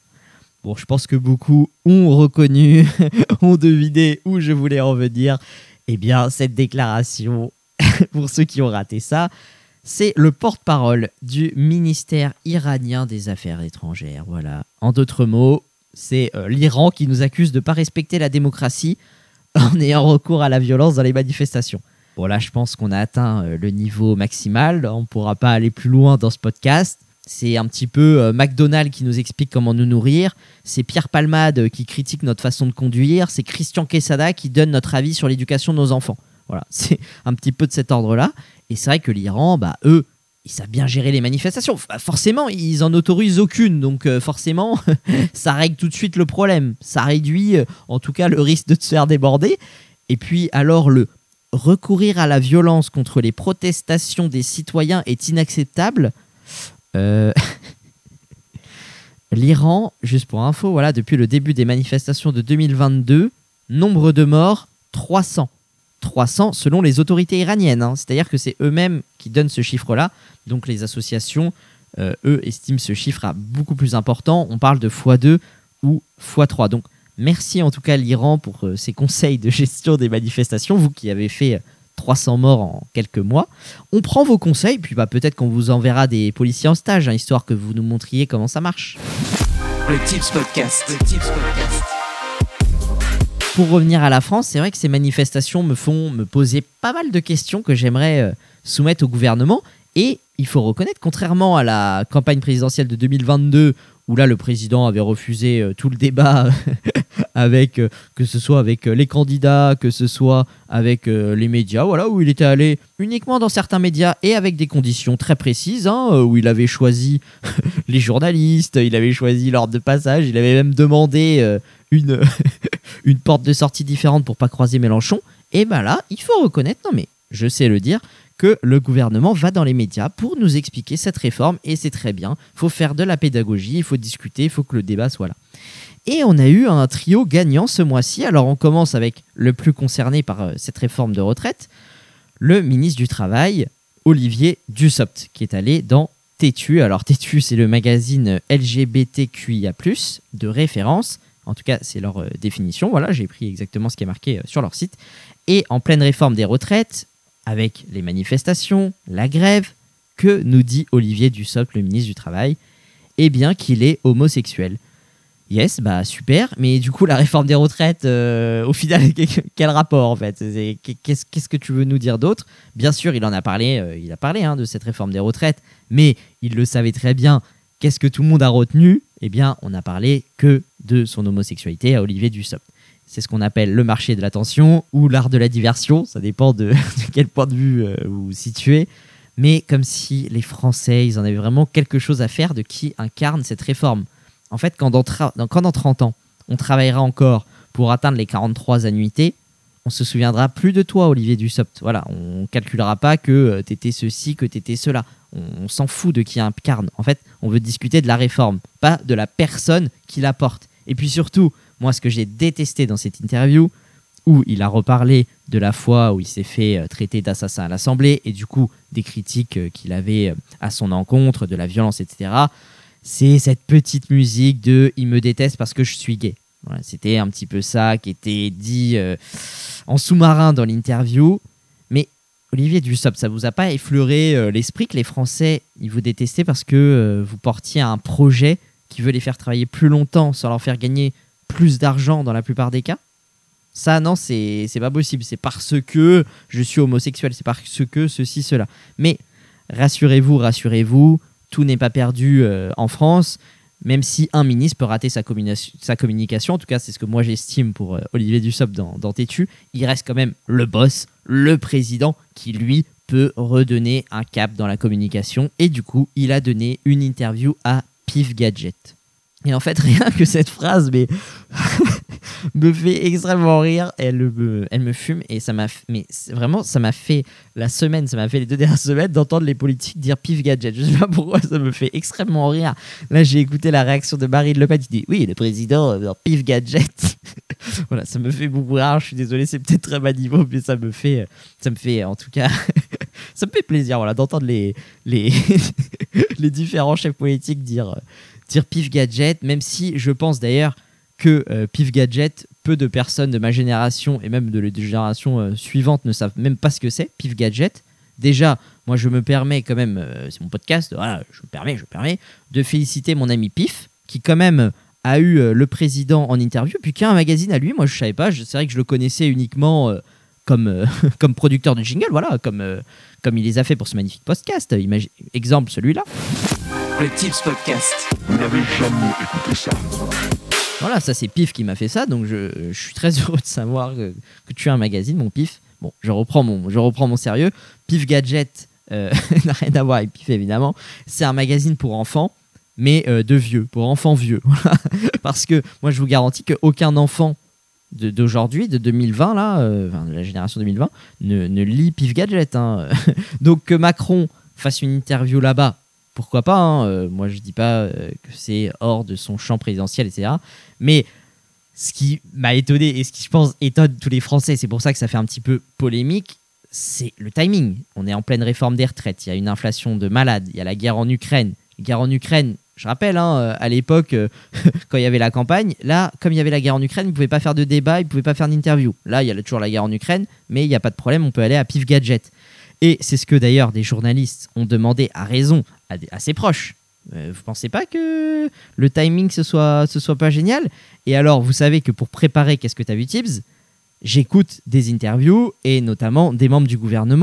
Bon, je pense que beaucoup ont reconnu, ont deviné où je voulais en venir. Eh bien, cette déclaration, pour ceux qui ont raté ça, c'est le porte-parole du ministère iranien des Affaires étrangères. Voilà. En d'autres mots, c'est euh, l'Iran qui nous accuse de ne pas respecter la démocratie en ayant recours à la violence dans les manifestations. Bon, là, je pense qu'on a atteint euh, le niveau maximal. On ne pourra pas aller plus loin dans ce podcast. C'est un petit peu euh, McDonald's qui nous explique comment nous nourrir. C'est Pierre Palmade euh, qui critique notre façon de conduire. C'est Christian Quesada qui donne notre avis sur l'éducation de nos enfants. Voilà, c'est un petit peu de cet ordre-là. Et c'est vrai que l'Iran, bah, eux, ils savent bien gérer les manifestations. Bah, forcément, ils n'en autorisent aucune. Donc euh, forcément, ça règle tout de suite le problème. Ça réduit euh, en tout cas le risque de se faire déborder. Et puis alors, le recourir à la violence contre les protestations des citoyens est inacceptable. Euh... L'Iran, juste pour info, voilà, depuis le début des manifestations de deux mille vingt-deux, nombre de morts, trois cents. trois cents selon les autorités iraniennes. Hein. C'est-à-dire que c'est eux-mêmes qui donnent ce chiffre-là. Donc les associations, euh, eux, estiment ce chiffre à beaucoup plus important. On parle de fois deux ou fois trois. Donc merci en tout cas l'Iran pour euh, ces conseils de gestion des manifestations. Vous qui avez fait... Euh, trois cents morts en quelques mois. On prend vos conseils, puis bah, peut-être qu'on vous enverra des policiers en stage, hein, histoire que vous nous montriez comment ça marche. Le Tips Podcast. Le Tips Podcast. Pour revenir à la France, c'est vrai que ces manifestations me font me poser pas mal de questions que j'aimerais euh, soumettre au gouvernement. Et il faut reconnaître, contrairement à la campagne présidentielle de deux mille vingt-deux, où là le président avait refusé euh, tout le débat avec euh, que ce soit avec euh, les candidats, que ce soit avec euh, les médias, voilà, où il était allé uniquement dans certains médias et avec des conditions très précises, hein, euh, où il avait choisi les journalistes, il avait choisi l'ordre de passage, il avait même demandé euh, une, une porte de sortie différente pour pas croiser Mélenchon. Et ben là, il faut reconnaître, non mais je sais le dire, que le gouvernement va dans les médias pour nous expliquer cette réforme, et c'est très bien. Il faut faire de la pédagogie, il faut discuter, il faut que le débat soit là. Et on a eu un trio gagnant ce mois-ci. Alors on commence avec le plus concerné par euh, cette réforme de retraite, le ministre du Travail, Olivier Dussopt, qui est allé dans Tétu. Alors Tétu, c'est le magazine L G B T Q I A plus, de référence. En tout cas, c'est leur euh, définition. Voilà, j'ai pris exactement ce qui est marqué euh, sur leur site. Et en pleine réforme des retraites, avec les manifestations, la grève, que nous dit Olivier Dussopt, le ministre du Travail? Eh bien qu'il est homosexuel. Yes, bah super, mais du coup la réforme des retraites, euh, au final, quel rapport en fait? C'est, qu'est-ce, qu'est-ce que tu veux nous dire d'autre? Bien sûr, il en a parlé, euh, il a parlé hein, de cette réforme des retraites, mais il le savait très bien. Qu'est-ce que tout le monde a retenu? Eh bien, on n'a parlé que de son homosexualité à Olivier Dussopt. C'est ce qu'on appelle le marché de l'attention ou l'art de la diversion, ça dépend de, de quel point de vue euh, vous vous situez, mais comme si les Français, ils en avaient vraiment quelque chose à faire de qui incarne cette réforme. En fait, quand dans, tra- dans, quand dans trente ans, on travaillera encore pour atteindre les quarante-trois annuités, on se souviendra plus de toi, Olivier Dussopt. Voilà, on ne calculera pas que euh, t'étais ceci, que t'étais cela. On, on s'en fout de qui incarne. En fait, on veut discuter de la réforme, pas de la personne qui la porte. Et puis surtout, moi, ce que j'ai détesté dans cette interview, où il a reparlé de la fois où il s'est fait euh, traiter d'assassin à l'Assemblée, et du coup, des critiques euh, qu'il avait euh, à son encontre, de la violence, et cetera, c'est cette petite musique de « il me déteste parce que je suis gay ». Voilà, c'était un petit peu ça qui était dit euh, en sous-marin dans l'interview. Mais Olivier Dussopt, ça vous a pas effleuré euh, l'esprit que les Français, ils vous détestaient parce que euh, vous portiez un projet qui veut les faire travailler plus longtemps sans leur faire gagner plus d'argent dans la plupart des cas? Ça, non, c'est, c'est pas possible. C'est parce que je suis homosexuel, c'est parce que ceci, cela. Mais rassurez-vous, rassurez-vous, tout n'est pas perdu euh, en France, même si un ministre peut rater sa, communi- sa communication. En tout cas, c'est ce que moi j'estime pour euh, Olivier Dussopt dans, dans Tétu. Il reste quand même le boss, le président, qui lui peut redonner un cap dans la communication. Et du coup, il a donné une interview à Pif Gadget. Et en fait, rien que cette phrase mais me fait extrêmement rire. Elle me, elle me fume et ça m'a, mais vraiment, ça m'a fait la semaine, ça m'a fait les deux dernières semaines d'entendre les politiques dire Pif Gadget. Je sais pas pourquoi, ça me fait extrêmement rire. Là, j'ai écouté la réaction de Marine Le Pen qui dit oui, le président euh, dans Pif Gadget. Voilà, ça me fait beaucoup rire. Je suis désolé, c'est peut-être très bas niveau, mais ça me fait, ça me fait en tout cas, ça me fait plaisir, voilà, d'entendre les les les différents chefs politiques dire. dire Pif Gadget, même si je pense d'ailleurs que euh, Pif Gadget, peu de personnes de ma génération et même de la génération euh, suivante ne savent même pas ce que c'est, Pif Gadget. Déjà, moi je me permets quand même, euh, c'est mon podcast, voilà, je me permets, je me permets de féliciter mon ami Pif, qui quand même a eu euh, le président en interview, puis qui a un magazine à lui, moi je savais pas, je, c'est vrai que je le connaissais uniquement euh, comme, euh, comme producteur de jingle, voilà, comme, euh, comme il les a fait pour ce magnifique podcast. Imagine, exemple celui-là. Le Tips Podcast. Vous n'avez jamais écouté ça. Voilà, ça c'est Pif qui m'a fait ça, donc je, je suis très heureux de savoir que, que tu as un magazine, mon Pif. Bon, je reprends mon, je reprends mon sérieux. Pif Gadget euh, n'a rien à voir avec Pif, évidemment. C'est un magazine pour enfants, mais euh, de vieux, pour enfants vieux. Parce que moi, je vous garantis qu'aucun enfant de, d'aujourd'hui, de deux mille vingt, là, euh, enfin, de la génération deux mille vingt, ne, ne lit Pif Gadget. Hein. Donc que Macron fasse une interview là-bas, pourquoi pas, hein, euh, moi je dis pas euh, que c'est hors de son champ présidentiel, et cetera. Mais ce qui m'a étonné et ce qui je pense étonne tous les Français, c'est pour ça que ça fait un petit peu polémique, c'est le timing. On est en pleine réforme des retraites, il y a une inflation de malade, il y a la guerre en Ukraine. La guerre en Ukraine, je rappelle, hein, à l'époque, euh, quand il y avait la campagne, là, comme il y avait la guerre en Ukraine, ils ne pouvaient pas faire de débat, ils ne pouvaient pas faire d'interview. Là, il y a toujours la guerre en Ukraine, mais il n'y a pas de problème, on peut aller à Pif Gadget. Et c'est ce que d'ailleurs des journalistes ont demandé à raison à, des, à ses proches. Euh, vous pensez pas que le timing ce soit, ce soit pas génial? Et alors, vous savez que pour préparer Qu'est-ce que t'as vu Tibbs, j'écoute des interviews et notamment des membres du gouvernement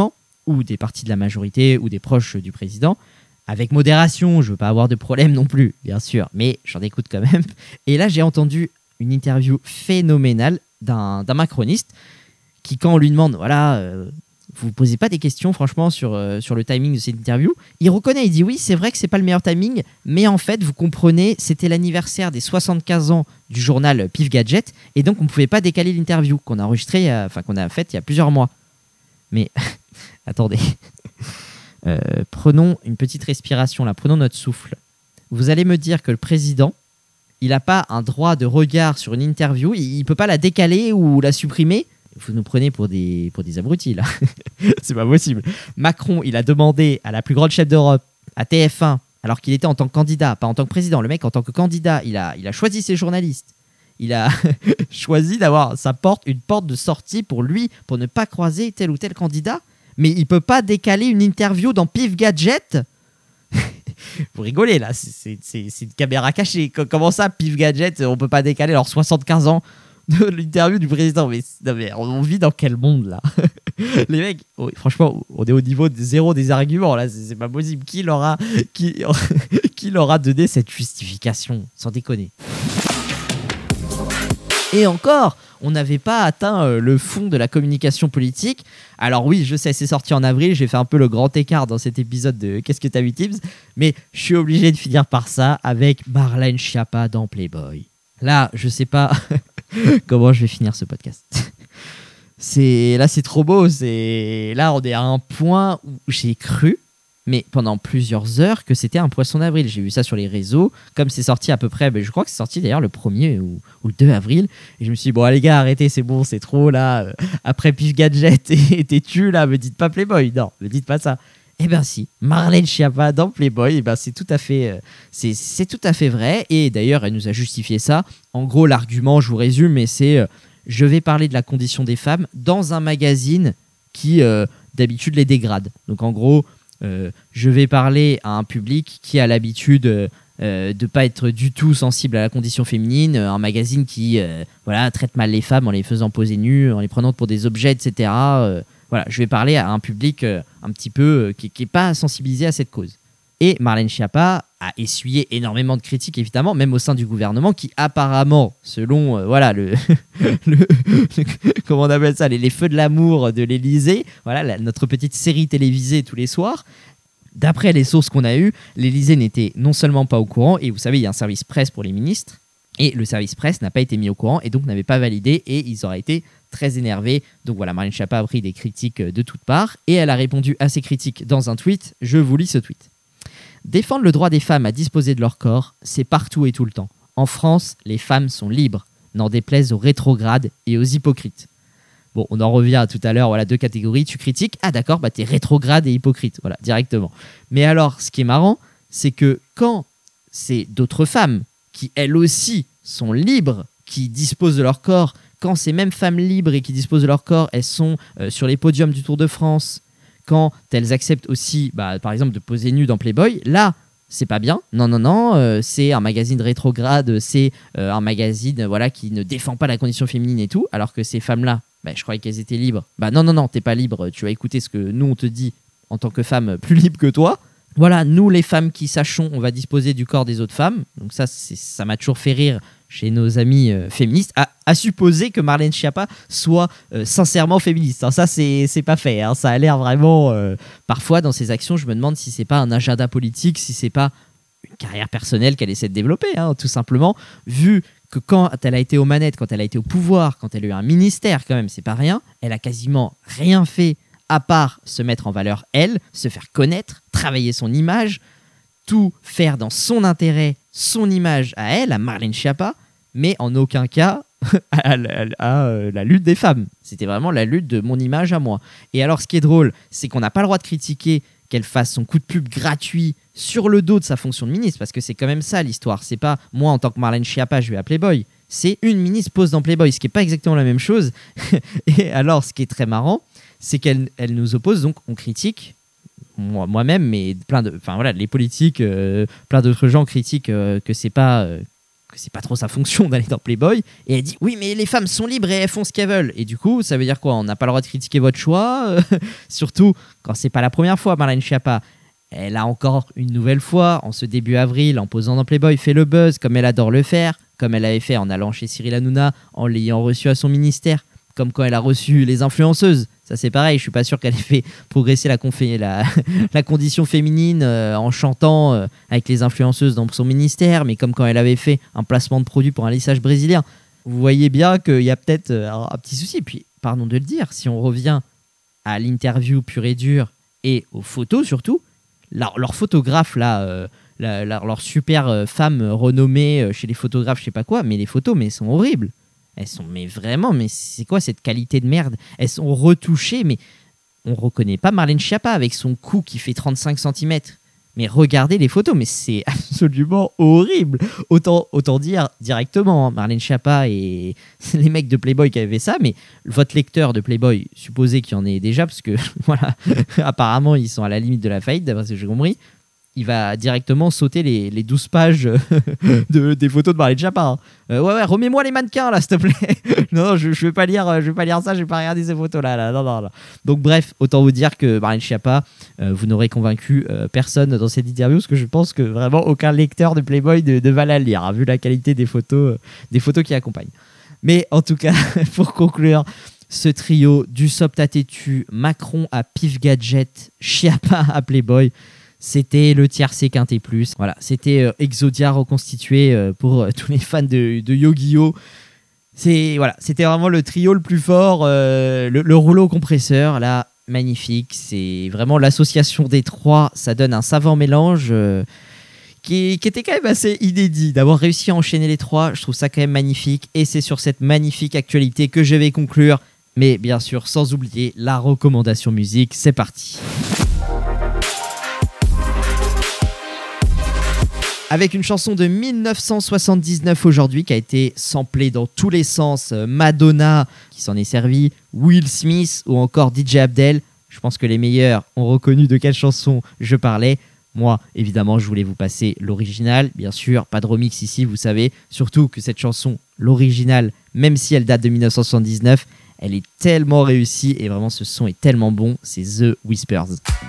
ou des partis de la majorité ou des proches du président. Avec modération, je ne veux pas avoir de problème non plus, bien sûr, mais j'en écoute quand même. Et là, j'ai entendu une interview phénoménale d'un, d'un macroniste qui, quand on lui demande, voilà, euh, vous ne posez pas des questions, franchement, sur, euh, sur le timing de cette interview, il reconnaît, il dit oui, c'est vrai que ce n'est pas le meilleur timing, mais en fait, vous comprenez, c'était l'anniversaire des soixante-quinze ans du journal Pif Gadget, et donc on ne pouvait pas décaler l'interview qu'on a enregistrée, enfin qu'on a faite il y a plusieurs mois. Mais, attendez... Euh, prenons une petite respiration là, prenons notre souffle. Vous allez me dire que le président, il n'a pas un droit de regard sur une interview, il ne peut pas la décaler ou la supprimer. Vous nous prenez pour des, pour des abrutis là. C'est pas possible. Macron, il a demandé à la plus grande chef d'Europe, à T F un, alors qu'il était en tant que candidat, pas en tant que président. Le mec, en tant que candidat, il a, il a choisi ses journalistes. Il a choisi d'avoir sa porte, une porte de sortie pour lui, pour ne pas croiser tel ou tel candidat. Mais il peut pas décaler une interview dans Pif Gadget. Vous rigolez là, c'est, c'est, c'est une caméra cachée. Comment ça, Pif Gadget, on peut pas décaler alors soixante-quinze ans de l'interview du président? Mais, non, mais on vit dans quel monde là? Les mecs, oh, franchement, on est au niveau de zéro des arguments là, c'est, c'est pas possible. Qui leur a, qui, qui leur a donné cette justification? Sans déconner. Et encore, on n'avait pas atteint euh, le fond de la communication politique. Alors oui, je sais, c'est sorti en avril, j'ai fait un peu le grand écart dans cet épisode de Qu'est-ce que t'as vu Tibbs, mais je suis obligé de finir par ça avec Marlène Schiappa dans Playboy. Là, je sais pas comment je vais finir ce podcast. C'est... Là, c'est trop beau. C'est... Là, on est à un point où j'ai cru, mais pendant plusieurs heures, que c'était un poisson d'avril. J'ai vu ça sur les réseaux. Comme c'est sorti à peu près, ben, je crois que c'est sorti d'ailleurs le premier ou, ou le deux avril. Et je me suis dit, bon, les gars, arrêtez, c'est bon, c'est trop là. Après Pif Gadget et Tétu, là, me dites pas Playboy. Non, me dites pas ça. Eh ben si, Marlène Schiappa dans Playboy, eh ben c'est tout à fait, euh, c'est, c'est tout à fait vrai. Et d'ailleurs, elle nous a justifié ça. En gros, l'argument, je vous résume, mais c'est, euh, je vais parler de la condition des femmes dans un magazine qui, euh, d'habitude, les dégrade. Donc en gros, euh, je vais parler à un public qui a l'habitude euh, euh, de pas être du tout sensible à la condition féminine, un magazine qui, euh, voilà, traite mal les femmes en les faisant poser nues, en les prenant pour des objets, et cetera. Euh, Voilà, je vais parler à un public euh, un petit peu euh, qui n'est pas sensibilisé à cette cause. Et Marlène Schiappa a essuyé énormément de critiques, évidemment, même au sein du gouvernement, qui apparemment, selon euh, voilà, le, le, le comment on appelle ça, les, les feux de l'amour de l'Élysée, voilà, la, notre petite série télévisée tous les soirs, d'après les sources qu'on a eues, l'Élysée n'était non seulement pas au courant, et vous savez, il y a un service presse pour les ministres, et le service presse n'a pas été mis au courant, et donc n'avait pas validé, et ils auraient été très énervé. Donc voilà, Marlène Schiappa a pris des critiques de toutes parts et elle a répondu à ces critiques dans un tweet. Je vous lis ce tweet. Défendre le droit des femmes à disposer de leur corps, c'est partout et tout le temps. En France, les femmes sont libres, n'en déplaise aux rétrogrades et aux hypocrites. Bon, on en revient à tout à l'heure, voilà, deux catégories. Tu critiques, ah d'accord, bah t'es rétrograde et hypocrite, voilà, directement. Mais alors, ce qui est marrant, c'est que quand c'est d'autres femmes qui, elles aussi, sont libres, qui disposent de leur corps, quand ces mêmes femmes libres et qui disposent de leur corps, elles sont euh, sur les podiums du Tour de France, quand elles acceptent aussi, bah, par exemple, de poser nues dans Playboy, là, c'est pas bien. Non, non, non, euh, c'est un magazine rétrograde, c'est euh, un magazine voilà, qui ne défend pas la condition féminine et tout, alors que ces femmes-là, bah, je croyais qu'elles étaient libres. Bah non, non, non, t'es pas libre, tu vas écouter ce que nous, on te dit en tant que femme plus libre que toi. Voilà, nous, les femmes qui sachons, on va disposer du corps des autres femmes. Donc ça, c'est, ça m'a toujours fait rire chez nos amis euh, féministes, à, à supposer que Marlène Schiappa soit euh, sincèrement féministe. Alors ça, c'est, c'est pas fait. Hein. Ça a l'air vraiment... Euh, parfois, dans ses actions, je me demande si c'est pas un agenda politique, si c'est pas une carrière personnelle qu'elle essaie de développer, hein, tout simplement. Vu que quand elle a été aux manettes, quand elle a été au pouvoir, quand elle a eu un ministère, quand même, c'est pas rien, elle a quasiment rien fait à part se mettre en valeur, elle, se faire connaître, travailler son image, tout faire dans son intérêt, son image à elle, à Marlène Schiappa, mais en aucun cas à, la, à, à la lutte des femmes. C'était vraiment la lutte de mon image à moi. Et alors, ce qui est drôle, c'est qu'on n'a pas le droit de critiquer qu'elle fasse son coup de pub gratuit sur le dos de sa fonction de ministre, parce que c'est quand même ça l'histoire. C'est pas moi, en tant que Marlène Schiappa, je vais à Playboy. C'est une ministre pose dans Playboy, ce qui n'est pas exactement la même chose. Et alors, ce qui est très marrant, c'est qu'elle elle nous oppose, donc on critique, moi, moi-même, mais plein de, enfin voilà, les politiques, euh, plein d'autres gens critiquent euh, que c'est pas, euh, que c'est pas trop sa fonction d'aller dans Playboy, et elle dit oui mais les femmes sont libres et elles font ce qu'elles veulent, et du coup ça veut dire quoi, on n'a pas le droit de critiquer votre choix, euh, surtout quand c'est pas la première fois. Marlène Schiappa, elle a encore une nouvelle fois en ce début avril en posant dans Playboy fait le buzz comme elle adore le faire, comme elle avait fait en allant chez Cyril Hanouna, en l'ayant reçu à son ministère, comme quand elle a reçu les influenceuses. Ça c'est pareil, je suis pas sûr qu'elle ait fait progresser la, confé- la, la condition féminine euh, en chantant euh, avec les influenceuses dans son ministère, mais comme quand elle avait fait un placement de produit pour un lissage brésilien. Vous voyez bien qu'il y a peut-être euh, un, un petit souci. Et puis, pardon de le dire, si on revient à l'interview pure et dure et aux photos surtout, leur, leur photographe là, euh, la, la, leur super euh, femme renommée euh, chez les photographes, je sais pas quoi, mais les photos mais sont horribles. Elles sont, mais vraiment, mais c'est quoi cette qualité de merde? Elles sont retouchées, mais on reconnaît pas Marlène Schiappa avec son cou qui fait trente-cinq centimètres. Mais regardez les photos, mais c'est absolument horrible. Autant, autant dire directement, hein, Marlène Schiappa et les mecs de Playboy qui avaient fait ça, mais votre lecteur de Playboy, supposé qu'il y en ait déjà, parce que voilà, apparemment ils sont à la limite de la faillite, d'après ce que j'ai compris. Il va directement sauter les, les douze pages de, des photos de Marlène Schiappa. Hein. Euh, ouais, ouais, remets-moi les mannequins, là, s'il te plaît. non, non, je, je vais pas lire, je vais pas lire ça, je vais pas regarder ces photos-là. Là. Non, non, non. Donc, bref, autant vous dire que Marlène Schiappa, euh, vous n'aurez convaincu euh, personne dans cette interview, parce que je pense que vraiment aucun lecteur de Playboy ne, ne va la lire, hein, vu la qualité des photos, euh, des photos qui accompagnent. Mais en tout cas, pour conclure, ce trio du Sop Tatetu, Macron à Pif Gadget, Schiappa à Playboy, c'était le tiercé quinté plus. Voilà, c'était euh, Exodia reconstitué euh, pour euh, tous les fans de, de Yu-Gi-Oh! C'est, voilà, c'était vraiment le trio le plus fort, euh, le, le rouleau compresseur, là, magnifique. C'est vraiment l'association des trois, ça donne un savant mélange euh, qui, qui était quand même assez inédit. D'avoir réussi à enchaîner les trois, je trouve ça quand même magnifique. Et c'est sur cette magnifique actualité que je vais conclure. Mais bien sûr, sans oublier la recommandation musique. C'est parti. Avec une chanson de dix-neuf cent soixante-dix-neuf aujourd'hui qui a été samplée dans tous les sens, Madonna qui s'en est servi, Will Smith ou encore D J Abdel. Je pense que les meilleurs ont reconnu de quelle chanson je parlais. Moi, évidemment, je voulais vous passer l'original. Bien sûr, pas de remix ici, vous savez. Surtout que cette chanson, l'original, même si elle date de dix-neuf cent soixante-dix-neuf, elle est tellement réussie et vraiment ce son est tellement bon. C'est The Whispers.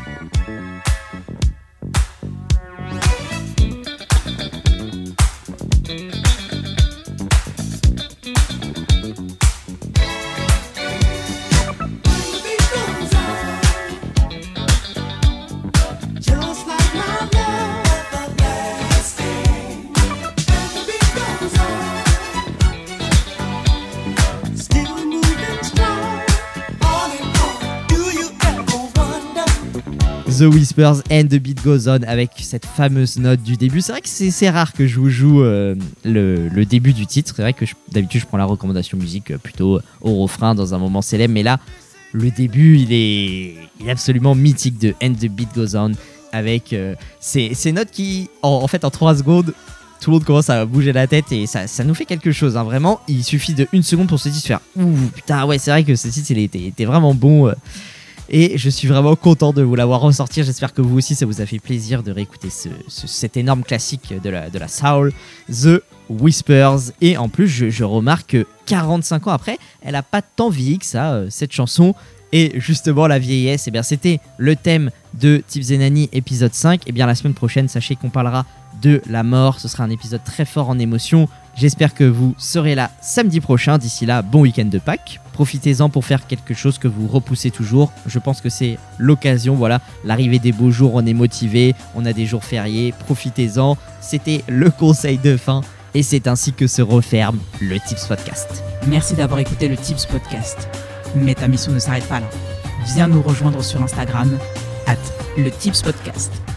The Whispers and the Beat Goes On avec cette fameuse note du début. C'est vrai que c'est, c'est rare que je vous joue euh, le, le début du titre. C'est vrai que je, d'habitude je prends la recommandation musique plutôt au refrain dans un moment célèbre. Mais là, le début, il est, il est absolument mythique de And the Beat Goes On avec euh, ces, ces notes qui, en, en fait, en trois secondes, tout le monde commence à bouger la tête et ça, ça nous fait quelque chose. Hein. Vraiment, il suffit de une seconde pour ce titre faire ouh, putain, ouais, c'est vrai que ce titre, il était, était vraiment bon. Euh, Et je suis vraiment content de vous l'avoir ressorti. J'espère que vous aussi, ça vous a fait plaisir de réécouter ce, ce, cet énorme classique de la, de la soul, The Whispers. Et en plus, je, je remarque que quarante-cinq ans après, elle n'a pas tant vieilli que ça, euh, cette chanson. Et justement, la vieillesse, eh bien, c'était le thème de Tips et Nani épisode cinq. Et bien, la semaine prochaine, sachez qu'on parlera de la mort. Ce sera un épisode très fort en émotion. J'espère que vous serez là samedi prochain. D'ici là, bon week-end de Pâques. Profitez-en pour faire quelque chose que vous repoussez toujours. Je pense que c'est l'occasion, voilà, l'arrivée des beaux jours, on est motivé, on a des jours fériés, profitez-en. C'était le conseil de fin et c'est ainsi que se referme le Tips Podcast. Merci d'avoir écouté le Tips Podcast. Mais ta mission ne s'arrête pas là. Viens nous rejoindre sur Instagram, arobase le Tips Podcast.